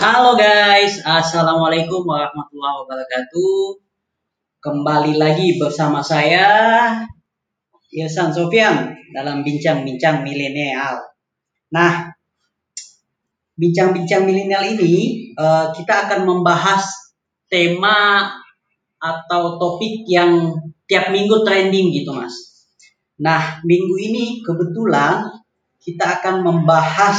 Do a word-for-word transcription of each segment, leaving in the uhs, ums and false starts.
Halo guys, Assalamualaikum warahmatullahi wabarakatuh. Kembali lagi bersama saya, Irsan Sofian, dalam bincang-bincang milenial. Nah, bincang-bincang milenial ini eh, kita akan membahas tema atau topik yang tiap minggu trending gitu mas. Nah, minggu ini kebetulan kita akan membahas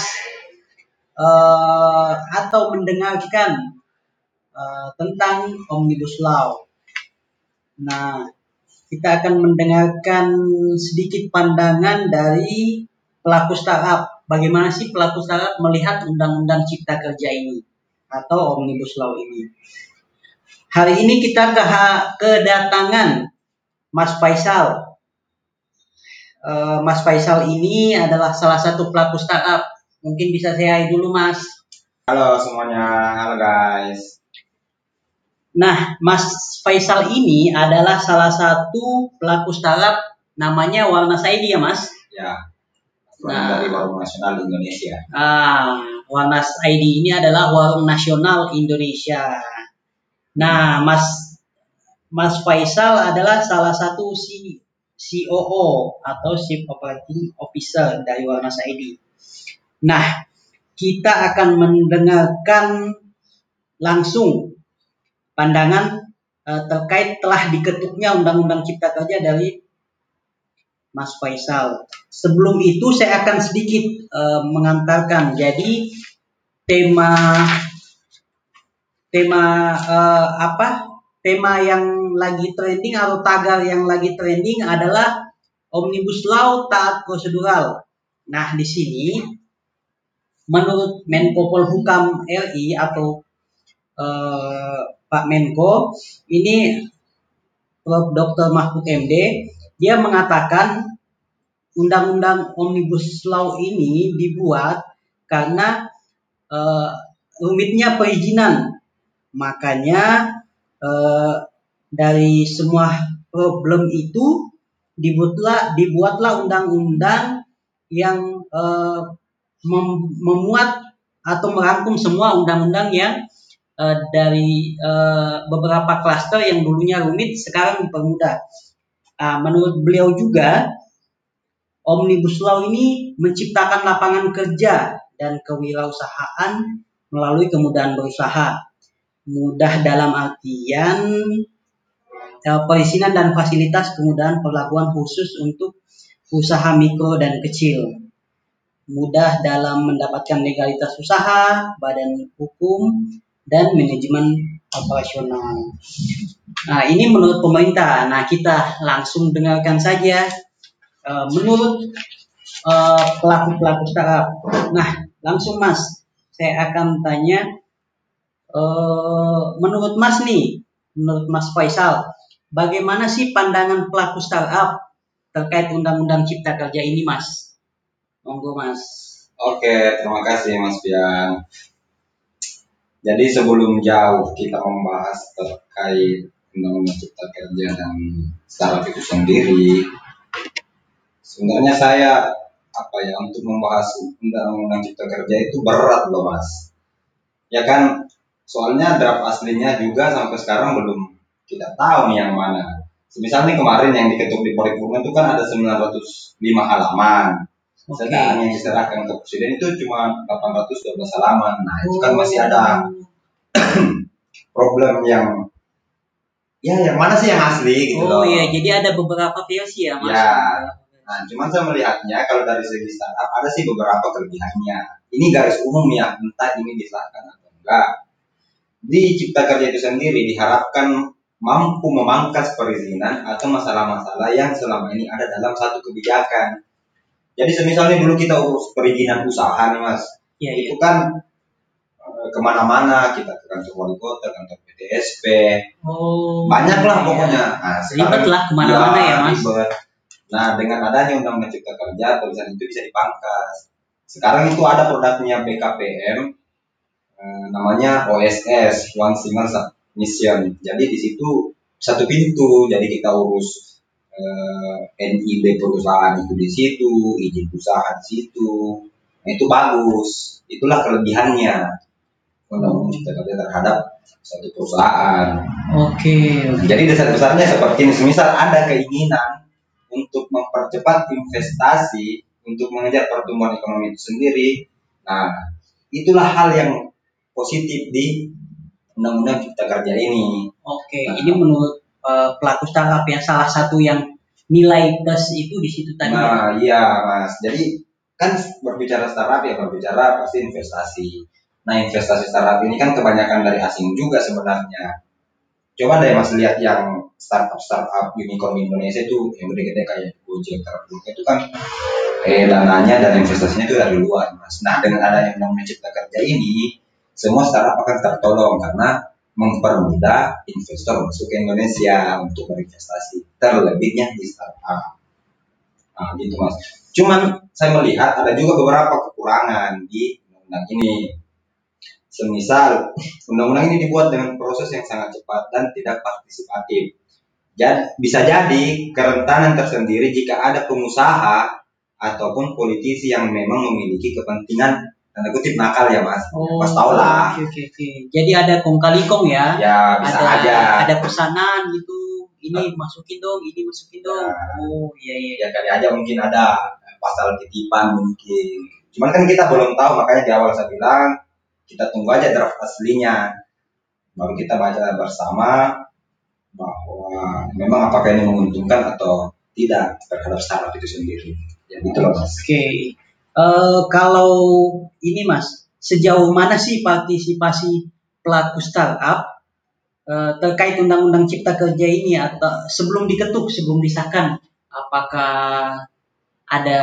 eh, atau mendengarkan uh, tentang Omnibus Law. Nah, kita akan mendengarkan sedikit pandangan dari pelaku startup. Bagaimana sih pelaku startup melihat Undang-Undang Cipta Kerja ini atau Omnibus Law ini? Hari ini kita kedatangan Mas Faisal. Uh, Mas Faisal ini adalah salah satu pelaku startup. Mungkin bisa saya dulu, Mas. Halo semuanya, halo guys. Nah, Mas Faisal ini adalah salah satu pelaku startup namanya Warnas I D ya, Mas? Ya, nah, dari Warung Nasional Indonesia. Ah, Warnas I D ini adalah Warung Nasional Indonesia. Nah, Mas Mas Faisal adalah salah satu C O O atau Chief Operating Officer dari Warnas I D. Nah, kita akan mendengarkan langsung pandangan uh, terkait telah diketuknya Undang-Undang Cipta Kerja dari Mas Faisal. Sebelum itu saya akan sedikit uh, mengantarkan. Jadi tema tema uh, apa? Tema yang lagi trending atau tagar yang lagi trending adalah Omnibus Law taat prosedural. Nah, di sini menurut Menko Polhukam R I atau uh, Pak Menko ini Prof Doktor Mahfud M D, dia mengatakan Undang-Undang Omnibus Law ini dibuat karena uh, rumitnya perizinan. Makanya uh, dari semua problem itu dibuatlah dibuatlah undang-undang yang uh, mem- memuat atau merangkum semua undang-undang yang uh, dari uh, beberapa klaster yang dulunya rumit sekarang dipermudah. Uh, menurut beliau juga Omnibus Law ini menciptakan lapangan kerja dan kewirausahaan melalui kemudahan berusaha. Mudah dalam artian eh, perizinan dan fasilitas kemudahan perlakuan khusus untuk usaha mikro dan kecil. Mudah dalam mendapatkan legalitas usaha, badan hukum, dan manajemen operasional. Nah, ini menurut pemerintah. Nah, kita langsung dengarkan saja uh, menurut uh, pelaku-pelaku startup. Nah, langsung Mas, saya akan tanya, uh, menurut Mas nih, menurut Mas Faisal, bagaimana sih pandangan pelaku startup terkait Undang-Undang Cipta Kerja ini, Mas? Monggo, Mas. Oke, terima kasih Mas Bian. Jadi sebelum jauh kita membahas terkait Undang-Undang Cipta Kerja dan startup itu sendiri, sebenarnya saya apa ya untuk membahas Undang-Undang Cipta Kerja itu berat loh Mas. Ya kan, soalnya draft aslinya juga sampai sekarang belum kita tahu nih yang mana. Misalnya kemarin yang diketuk di paripurna itu kan ada sembilan ratus lima halaman. Oke. Sedangkan yang diserahkan ke presiden itu cuma delapan ratus dua belas halaman. Nah, itu kan masih ada problem yang ya yang mana sih yang asli gitu Oh loh. iya, jadi ada beberapa versi ya, Mas. Ya. Nah, cuman saya melihatnya kalau dari segi startup ada sih beberapa kelebihannya. Ini garis umum ya, entah ini disahkan atau enggak. Di Cipta Kerja itu sendiri diharapkan mampu memangkas perizinan atau masalah-masalah yang selama ini ada dalam satu kebijakan. Jadi semisalnya dulu kita urus perizinan usaha nih Mas, ya, itu ya. kan e, kemana-mana kita ke kantor wali kota, kantor P T S P, oh, banyak lah ya. pokoknya. Nah, ribet lah kemana-mana ya, ya Mas. Ribet. Nah dengan adanya Undang-Undang Cipta Kerja, perizinan itu bisa dipangkas. Sekarang itu ada produknya B K P M, e, namanya O S S, One Single Submission. Jadi di situ satu pintu, jadi kita urus N I B perusahaan itu di situ, izin usaha di situ, nah, itu bagus, itulah kelebihannya. undang-undang cipta kerja terhadap suatu perusahaan. Oke. Nah, jadi dasar-dasarnya seperti ini. Misal ada keinginan untuk mempercepat investasi untuk mengejar pertumbuhan ekonomi itu sendiri. Nah, itulah hal yang positif di undang-undang cipta kerja ini. Oke, Nah, ini menurut uh, pelaku startup yang salah satu yang nilai plus itu di situ tadi. Nah, ya? Iya, Mas. Jadi kan berbicara startup ya berbicara pasti investasi. Nah, investasi startup ini kan kebanyakan dari asing juga sebenarnya. Coba deh Mas lihat yang startup-startup unicorn di Indonesia itu yang gede-gede kayak Gojek, Grab itu kan eh dananya dan investasinya itu dari luar, Mas. Nah, dengan adanya undang-undang cipta kerja ini, semua startup akan tertolong karena mempermudah investor masuk ke Indonesia untuk berinvestasi. Terlebihnya di startup. Nah, gitu Mas. Cuman saya melihat ada juga beberapa kekurangan di undang-undang ini. Semisal undang-undang ini dibuat dengan proses yang sangat cepat dan tidak partisipatif. Jadi bisa jadi kerentanan tersendiri jika ada pengusaha ataupun politisi yang memang memiliki kepentingan tanda kutip nakal ya Mas. Oh, Mas tahu lah. Oke, oke, oke. Jadi ada kong kali kong ya? Ya bisa ada, aja. Ada pesanan gitu. Ini masukin dong, ini masukin dong. Ya. Oh iya iya. Ya kali aja mungkin ada pasal titipan mungkin. Cuman kan kita belum tahu, makanya di awal saya bilang kita tunggu aja draft aslinya, baru kita baca bersama bahwa memang apakah ini menguntungkan atau tidak terhadap startup itu sendiri. Ya gitu loh Mas. Oke, okay. uh, kalau ini Mas, sejauh mana sih partisipasi pelaku startup uh, terkait undang-undang cipta kerja ini atau sebelum diketuk, sebelum disahkan, apakah ada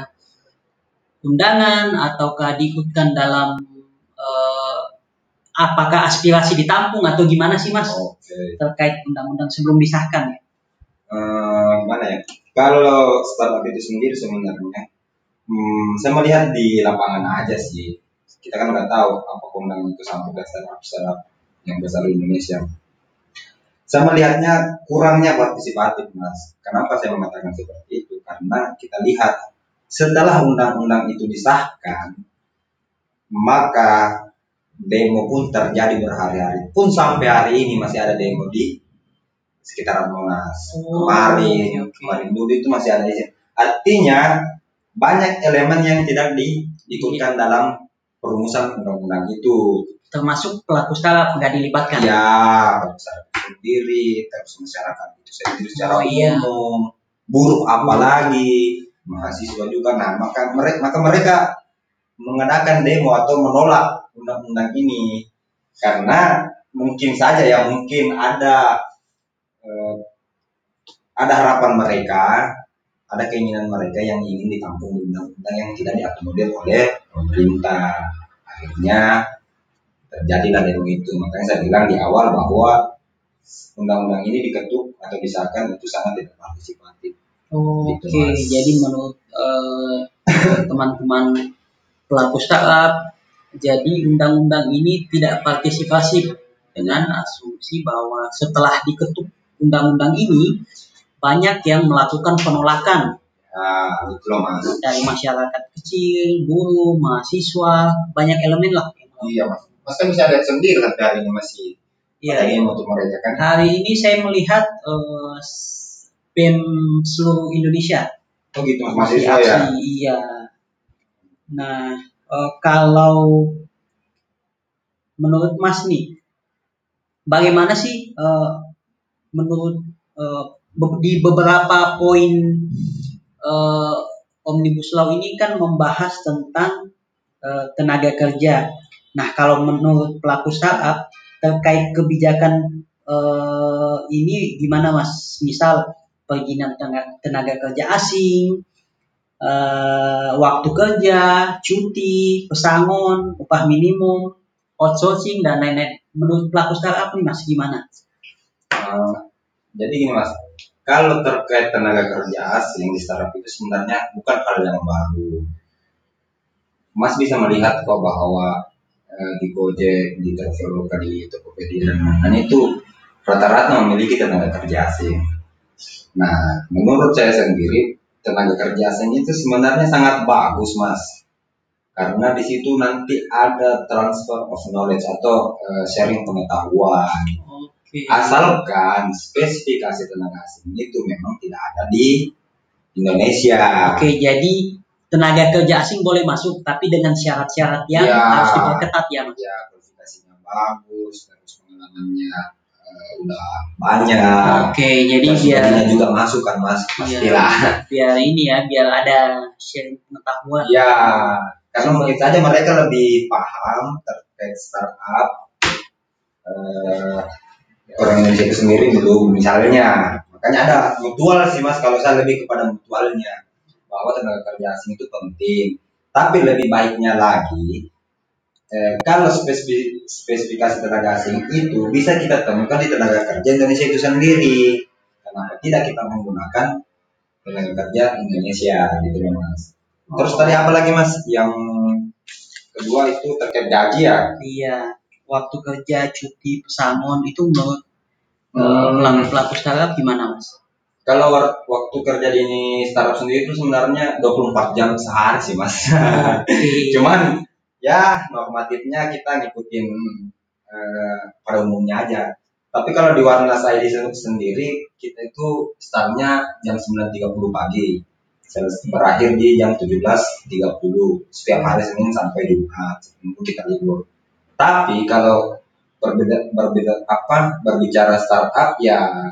undangan ataukah diikutkan dalam uh, apakah aspirasi ditampung atau gimana sih Mas? Okay. Terkait undang-undang sebelum disahkan ya? Uh, gimana ya? Kalau startup itu sendiri sebenarnya, hmm, saya melihat di lapangan aja sih. Kita kan nggak tahu apa undang itu sampai ke startup-startup yang besar di Indonesia. Saya melihatnya kurangnya partisipatif, Mas. Kenapa saya mengatakan seperti itu? Karena kita lihat setelah undang-undang itu disahkan, maka demo pun terjadi berhari-hari. Pun sampai hari ini masih ada demo di sekitaran Monas. Oh, kemarin, okay. kemarin dulu itu masih ada. Artinya banyak elemen yang tidak diikutkan yeah. dalam perumusan undang-undang itu. Termasuk pelaku startup nggak dilibatkan? Ya, masyarakat sendiri, terus masyarakat itu sendiri secara oh, iya. umum, buruh apalagi, mahasiswa juga. Nah, maka mereka, maka mereka mengadakan demo atau menolak undang-undang ini karena mungkin saja ya mungkin ada eh, ada harapan mereka, ada keinginan mereka yang ingin ditampung di undang-undang yang tidak diakomodir oleh pemerintah. Akhirnya terjadilah demo itu. Makanya saya bilang di awal bahwa undang-undang ini diketuk atau disahkan itu sangat tidak partisipatif. Oh, gitu, Oke, okay. Jadi menurut uh, teman-teman pelaku startup, jadi undang-undang ini tidak partisipasif dengan asumsi bahwa setelah diketuk undang-undang ini banyak yang melakukan penolakan. Nah, itu loh Mas. Dari masyarakat kecil, buruh, mahasiswa, banyak elemen lah. Iya Mas. Mas kan bisa lihat sendiri sampai hari ini masih ya, ada yang untuk mereka kan. Hari ini saya melihat uh, B E M seluruh Indonesia. Oh gitu Mas, mahasiswa ya? Iya. Nah, uh, kalau menurut Mas nih, bagaimana sih uh, menurut uh, di beberapa poin uh, Omnibus Law ini kan membahas tentang uh, tenaga kerja. Nah, kalau menurut pelaku startup terkait kebijakan uh, ini gimana Mas? Misal perizinan tenaga, tenaga kerja asing, uh, waktu kerja, cuti, pesangon, upah minimum, outsourcing dan lain-lain. Menurut pelaku startup nih Mas gimana? Uh, jadi gini Mas, kalau terkait tenaga kerja asing di startup itu sebenarnya bukan hal yang baru. Mas bisa melihat kok bahwa uh, di Gojek, di Traveloka, di Tokopedia dan lain-lain itu rata-rata memiliki tenaga kerja asing. Nah, menurut saya sendiri tenaga kerja asing itu sebenarnya sangat bagus Mas. karena di situ nanti ada transfer of knowledge atau uh, sharing pengetahuan. Oke. Asalkan spesifikasi tenaga asing itu memang tidak ada di Indonesia. Oke, jadi tenaga kerja asing boleh masuk, tapi dengan syarat-syarat yang Ya, harus diperketat ya, Mas. ya kualifikasinya bagus, terus pengalamannya uh, udah banyak. Oke, jadi terus biar gajinya juga masuk kan Mas, pastilah. biar ini ya, biar ada sharing pengetahuan. Ya, karena mungkin saja mereka lebih paham terkait startup. Uh, orang Indonesia itu sendiri belum, misalnya. Makanya ada mutual sih Mas, kalau saya lebih kepada mutualnya, bahwa tenaga kerja asing itu penting. Tapi lebih baiknya lagi, eh, kalau spesifik, spesifikasi tenaga asing itu bisa kita temukan di tenaga kerja Indonesia itu sendiri. Kenapa tidak kita menggunakan tenaga kerja Indonesia gitu loh Mas. Terus tadi apa lagi Mas? Yang kedua itu terkait gaji ya? Iya, waktu kerja, cuti, pesangon itu menurut hmm. pelaku startup gimana Mas? Kalau waktu kerja di startup sendiri itu sebenarnya dua puluh empat jam sehari sih Mas. Okay. Cuman ya normatifnya kita ngikutin eh, pada umumnya aja. Tapi kalau di Warnas I D sendiri kita itu startnya jam sembilan tiga puluh pagi. Berakhir di jam tujuh belas tiga puluh setiap hari Senin sampai Jumat. Minggu kita libur. Tapi kalau berbeda berbeda apa berbicara startup ya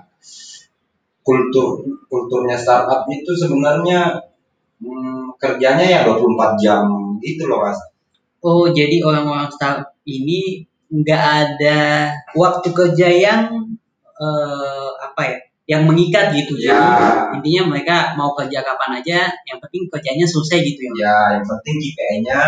kultur kulturnya startup itu sebenarnya hmm, kerjanya ya dua puluh empat jam gitu loh Mas. Oh, jadi orang-orang startup ini nggak ada waktu kerja yang eh, apa ya, yang mengikat gitu. Ya. Jadi intinya mereka mau kerja kapan aja, yang penting kerjanya selesai gitu ya. Ya, yang penting K P I-nya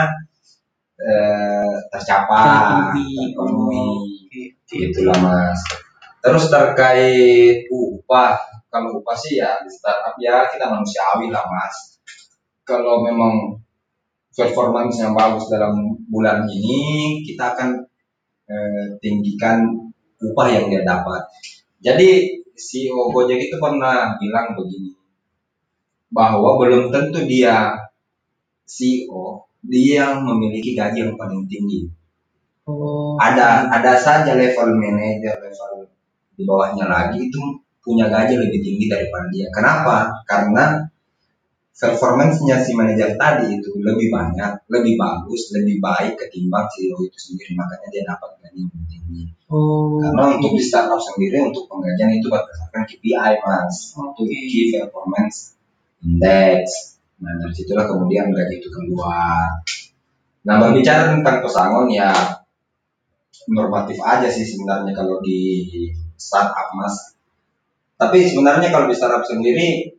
eh, tercapai, terpenuhi, gitulah Mas. Terus terkait upah, kalau upah sih ya di startup ya kita manusiawi lah Mas. Kalau memang performance yang bagus dalam bulan ini, kita akan eh, tinggikan upah yang dia dapat. Jadi C E O Gojek itu pernah bilang begini, bahwa belum tentu dia C E O dia yang memiliki gaji yang paling tinggi. Oh. Ada ada saja level manajer, level di bawahnya lagi itu punya gaji lebih tinggi daripada dia. Kenapa? Karena performance-nya si manajer tadi itu lebih banyak, lebih bagus, lebih baik ketimbang C E O itu sendiri. Makanya dia dapat gaji yang tinggi. Oh. Karena untuk di startup sendiri untuk penggajian itu berdasarkan K P I Mas, untuk okay. Key Performance Index. Nah dari situlah kemudian gaji itu keluar. Nah berbicara tentang pesangon ya normatif aja sih sebenarnya kalau di startup Mas. Tapi sebenarnya kalau di startup sendiri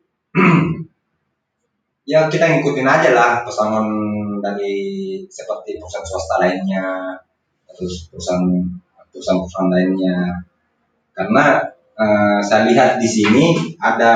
ya kita ngikutin aja lah pesangon dari seperti perusahaan swasta lainnya, terus perusahaan perusahaan-perusahaan lainnya. Karena eh, saya lihat di sini ada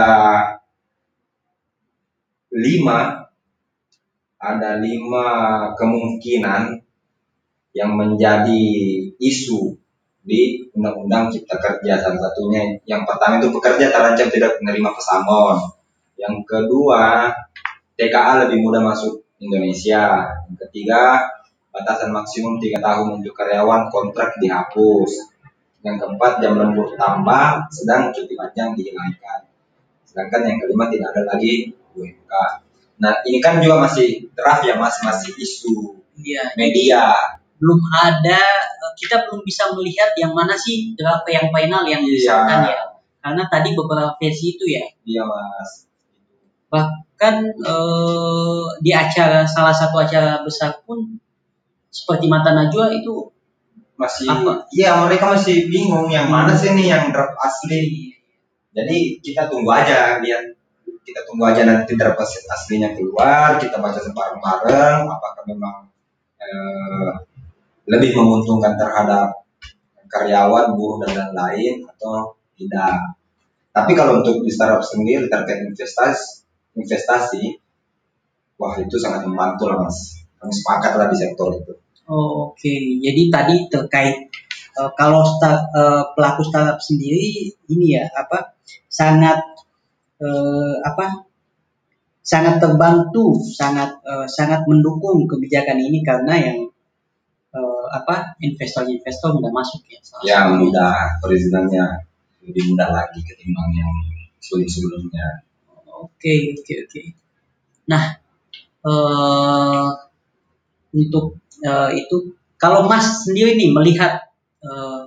lima ada lima kemungkinan yang menjadi isu di Undang-Undang Cipta Kerja. Salah satunya yang pertama itu pekerja terancam tidak menerima pesangon. Yang kedua, T K A lebih mudah masuk Indonesia. Yang ketiga, batasan maksimum tiga tahun untuk karyawan kontrak dihapus. Yang keempat, jam lembur tambah, sedang cuti panjang dihilangkan. Sedangkan yang kelima tidak ada lagi U M K. Nah ini kan juga masih draft ya Mas, masih isu ya, media. Belum ada, kita belum bisa melihat yang mana sih draft yang final yang disahkan ya. Karena tadi beberapa versi itu ya. Iya Mas. Bahkan eh, di acara salah satu acara besar pun seperti Mata Najwa itu masih apa? Iya mereka masih bingung yang hmm. mana sih nih yang draft asli. Jadi kita tunggu aja lihat, kita tunggu aja nanti draft aslinya keluar, kita baca bareng-bareng apakah memang eh, lebih menguntungkan terhadap karyawan, buruh dan lain-lain atau tidak. Tapi kalau untuk di startup sendiri terkait investasi investasi, wah itu sangat membantu lah Mas. Kami sepakat lah di sektor itu. Oh, Oke, okay. Jadi tadi terkait uh, kalau start, uh, pelaku startup sendiri ini ya apa sangat uh, apa sangat terbantu, sangat uh, sangat mendukung kebijakan ini karena yang uh, apa investor-investor mudah masuk ya. Ya mudah, perizinannya lebih mudah lagi ketimbang yang sebelum-sebelumnya. Oke oke oke. Nah uh, untuk uh, itu kalau Mas sendiri nih melihat uh,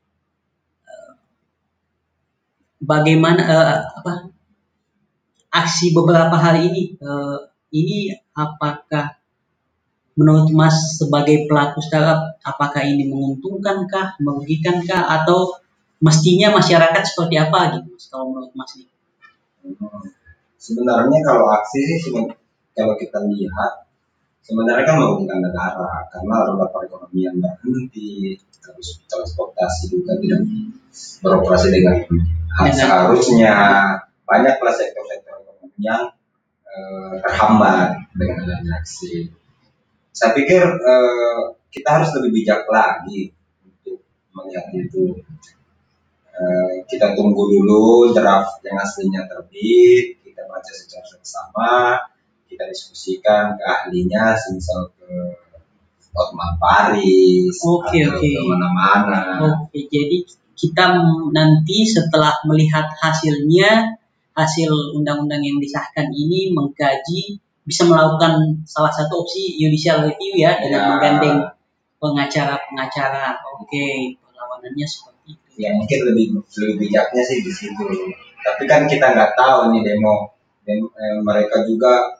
bagaimana uh, apa aksi beberapa hari ini uh, ini apakah menurut Mas sebagai pelaku startup apakah ini menguntungkankah, merugikankah atau mestinya masyarakat seperti apa gitu Mas kalau menurut Mas ini? Hmm. Sebenarnya kalau aksi sih kalau kita lihat sebenarnya kan merugikan negara karena roda perekonomian berhenti, terus transportasi juga tidak beroperasi dengan seharusnya, banyaklah sektor-sektor ekonomi yang eh, terhambat dengan adanya aksi. Saya pikir eh, kita harus lebih bijak lagi untuk melihat itu. Eh, kita tunggu dulu draft yang aslinya terbit, kita baca secara bersama, kita diskusikan ke ahlinya, semisal ke Hotman Paris, Oke atau oke. ke mana-mana. Oke, jadi kita nanti setelah melihat hasilnya, hasil undang-undang yang disahkan ini mengkaji, bisa melakukan salah satu opsi judicial review ya dengan Ya. menggandeng pengacara-pengacara. Oke, perlawanannya seperti itu. Ya mungkin lebih lebih bijaknya sih di situ. Tapi kan kita nggak tahu nih demo, demo eh, mereka juga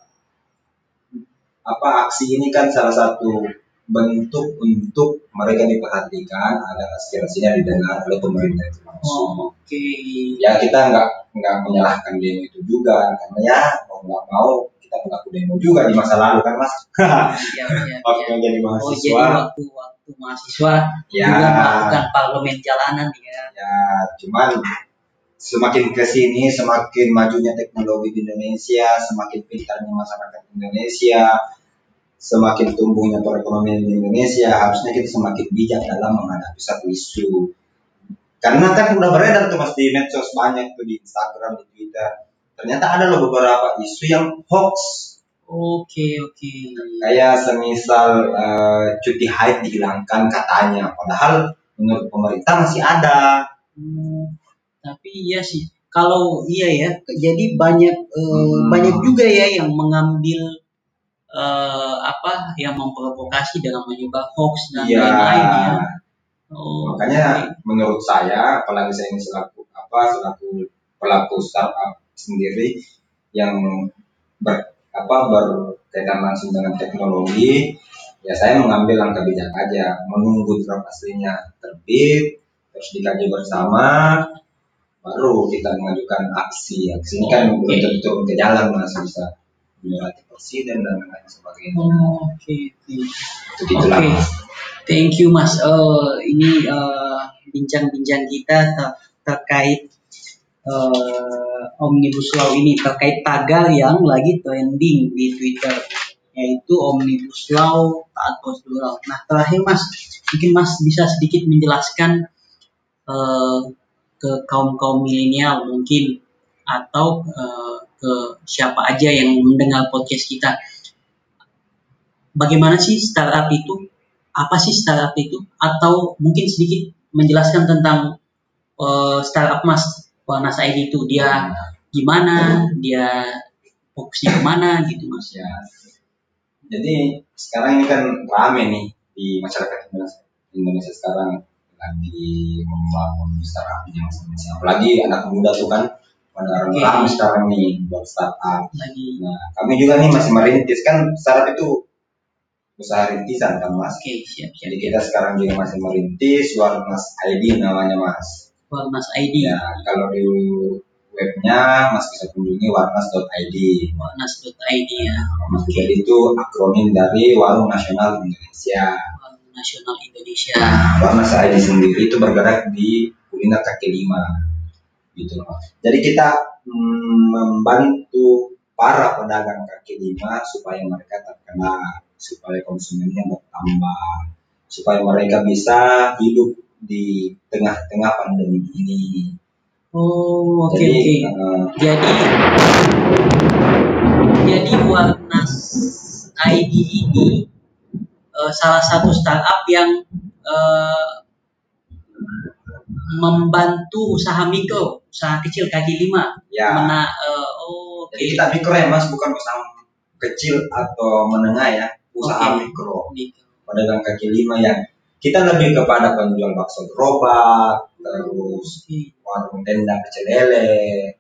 apa aksi ini kan salah satu bentuk untuk mereka diperhatikan, ada aspirasinya didengar oleh pemerintah itu langsung. Oh, oke. Okay. Ya kita nggak nggak menyalahkan demo itu juga karena ya mau nggak mau kita pelaku demo juga di masa lalu kan Mas. Iya, iya, waktu iya. jadi mahasiswa. Oh jadi waktu waktu mahasiswa ya, juga melakukan parlemen jalanan ya. Ya cuman semakin kesini semakin majunya teknologi di Indonesia, semakin pintarnya masyarakat Indonesia, semakin tumbuhnya perekonomian di Indonesia, harusnya kita semakin bijak dalam menghadapi satu isu. Karena kan udah beredar tuh Mas di medsos banyak tuh di Instagram, di Twitter. Ternyata ada loh beberapa isu yang hoax. Oke oke. Kayak semisal uh, cuti haid dihilangkan katanya, padahal menurut pemerintah masih ada. Hmm, tapi iya sih. Kalau iya ya, jadi banyak uh, hmm. banyak juga ya yang mengambil Uh, apa yang memprovokasi dengan menyebar hoax dan ya. lain-lain ya. Oh, makanya okay. Menurut saya, apalagi saya ini selaku apa selaku pelaku startup sendiri yang ber, apa berkaitan langsung dengan teknologi, ya saya mengambil langkah bijak aja, menunggu draft aslinya terbit, terus dikaji bersama, baru kita mengajukan aksi. Aksi ini kan belum okay. turun ke jalan Mas, bisa menyurati presiden dan lain sebagainya. Oh, oke, okay. Oke. Okay. Thank you Mas. Uh, ini uh, bincang-bincang kita ter terkait uh, Omnibus Law ini, terkait tagar yang lagi trending di Twitter, yaitu Omnibus Law taat prosedural. Nah terakhir Mas, mungkin Mas bisa sedikit menjelaskan uh, ke kaum-kaum milenial mungkin, atau uh, ke siapa aja yang mendengar podcast kita. Bagaimana sih startup itu? Apa sih startup itu? Atau mungkin sedikit menjelaskan tentang uh, startup Mas Warnas I D itu. Dia gimana? Dia fokusnya kemana gitu Mas? Ya. Jadi sekarang ini kan rame nih di masyarakat Indonesia sekarang lagi membangun startupnya masing-masing. Apalagi anak muda tuh kan pada okay. Ramai sekarang nih buat startup. Lagi. Nah, kami juga nih masih merintis kan startup itu usaha rintisan kan Mas. Okay, siap, siap. Jadi kita sekarang juga masih merintis Warnas I D namanya Mas. Warnas I D. Ya, kalau di webnya Mas bisa kunjungi warnas dot i d. warnas dot i d ya. Mas okay. Jadi itu akronim dari Warung Nasional Indonesia. Warung Nasional Indonesia. Nah, Warnas I D sendiri itu bergerak di kuliner kaki lima. Gitu loh. Jadi kita mm, membantu para pedagang kaki lima supaya mereka terkenal, supaya konsumennya bertambah, supaya mereka bisa hidup di tengah-tengah pandemi ini. Oh, oke okay, oke. Okay. Uh, Jadi Jadi Warnas I D ini uh, salah satu startup yang uh, membantu usaha mikro, usaha kecil kaki lima. Ya. Mena, uh, oh, Jadi okay. kita mikro ya mas, bukan usaha kecil atau menengah ya, usaha okay. mikro, pedagang kaki lima yang kita lebih kepada penjual bakso gerobak, terus okay. warung tenda pecel lele,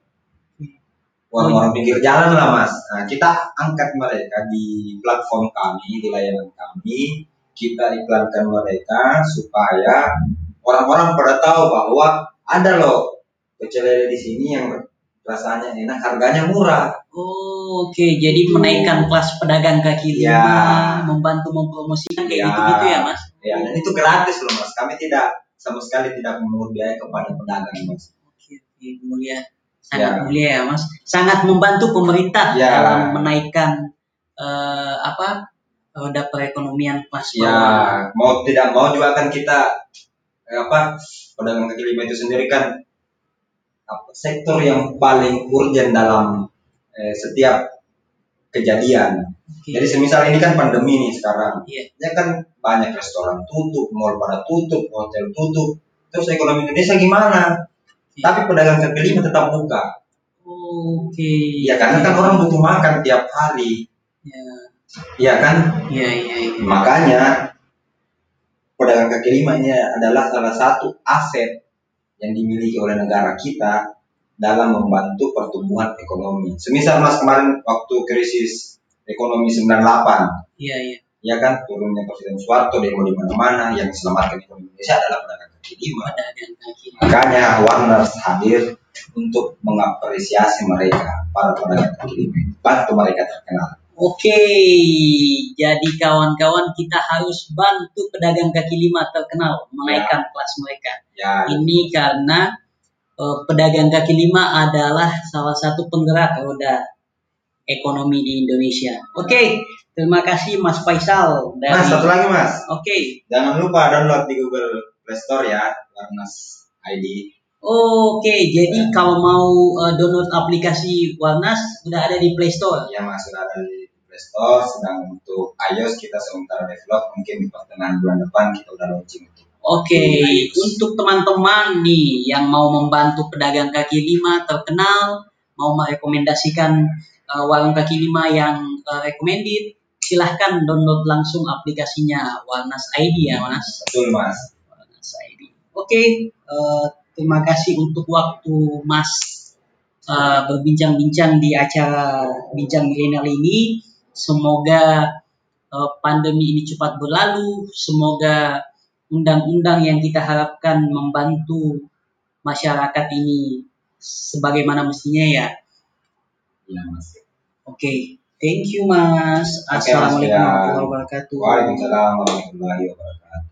warung-warung pinggir jalan lah mas. Nah kita angkat mereka di platform kami, di layanan kami, kita iklankan mereka supaya orang-orang pada tahu bahwa ada loh pecel lele di sini yang rasanya enak, harganya murah. Oh, oke, okay. Jadi menaikkan kelas pedagang kaki lima, ya. Membantu mempromosikan kayak ya. Gitu-gitu ya mas? Ya, dan itu gratis loh mas. Kami tidak sama sekali tidak memungut biaya kepada pedagang mas. Oke, oke, mulia, sangat ya. Mulia ya mas. Sangat membantu pemerintah ya. Dalam menaikkan uh, apa roda perekonomian kelas bawah. Ya, mau tidak mau juga kan kita eh, apa pedagang kaki lima itu sendiri kan apa, sektor yang paling urgent dalam eh, setiap kejadian. Okay. Jadi semisal ini kan pandemi nih sekarang, yeah. Ya kan banyak restoran tutup, mall pada tutup, hotel tutup. Terus ekonomi Indonesia gimana? Okay. Tapi pedagang kaki lima tetap buka. Oke. Okay. Ya karena kan orang butuh makan tiap hari. Iya kan? Iya, iya, iya. Makanya pedagang kaki lima ini adalah salah satu aset yang dimiliki oleh negara kita dalam membantu pertumbuhan ekonomi. Semisal mas kemarin waktu krisis ekonomi sembilan puluh delapan. Iya, iya. Ya kan turunnya Presiden Soeharto demo di mana-mana, yang selamatkan ekonomi Indonesia adalah pedagang kaki lima. Makanya Warnas hadir untuk mengapresiasi mereka, para pedagang kaki lima, bantu mereka terkenal. Oke, jadi kawan-kawan kita harus bantu pedagang kaki lima terkenal, menaikkan ya. Kelas mereka. Ya. Ini karena uh, pedagang kaki lima adalah salah satu penggerak roda ekonomi di Indonesia. Oke, terima kasih Mas Faisal. Dari... Mas, satu lagi Mas. Oke. Jangan lupa download di Google Play Store ya, Warnas I D. Oke, jadi ya. Kalau mau uh, download aplikasi Warnas sudah ada di Play Store. Ya Mas, sudah ada di Play Store. Sedang untuk iOS kita sementara develop, mungkin di pertengahan bulan depan kita udah launching. Oke, okay. Untuk teman-teman nih yang mau membantu pedagang kaki lima terkenal, mau merekomendasikan uh, warung kaki lima yang uh, recommended, silahkan download langsung aplikasinya Warnas I D ya Mas. Betul Mas. Warnas I D. Oke, okay. uh, terima kasih untuk waktu Mas uh, berbincang-bincang di acara Bincang Milenial ini. Semoga uh, pandemi ini cepat berlalu. Semoga undang-undang yang kita harapkan membantu masyarakat ini sebagaimana mestinya ya. Ya Mas. Oke, okay. Thank you Mas. Okay, Assalamualaikum warahmatullahi wabarakatuh. Waalaikumsalam warahmatullahi wabarakatuh.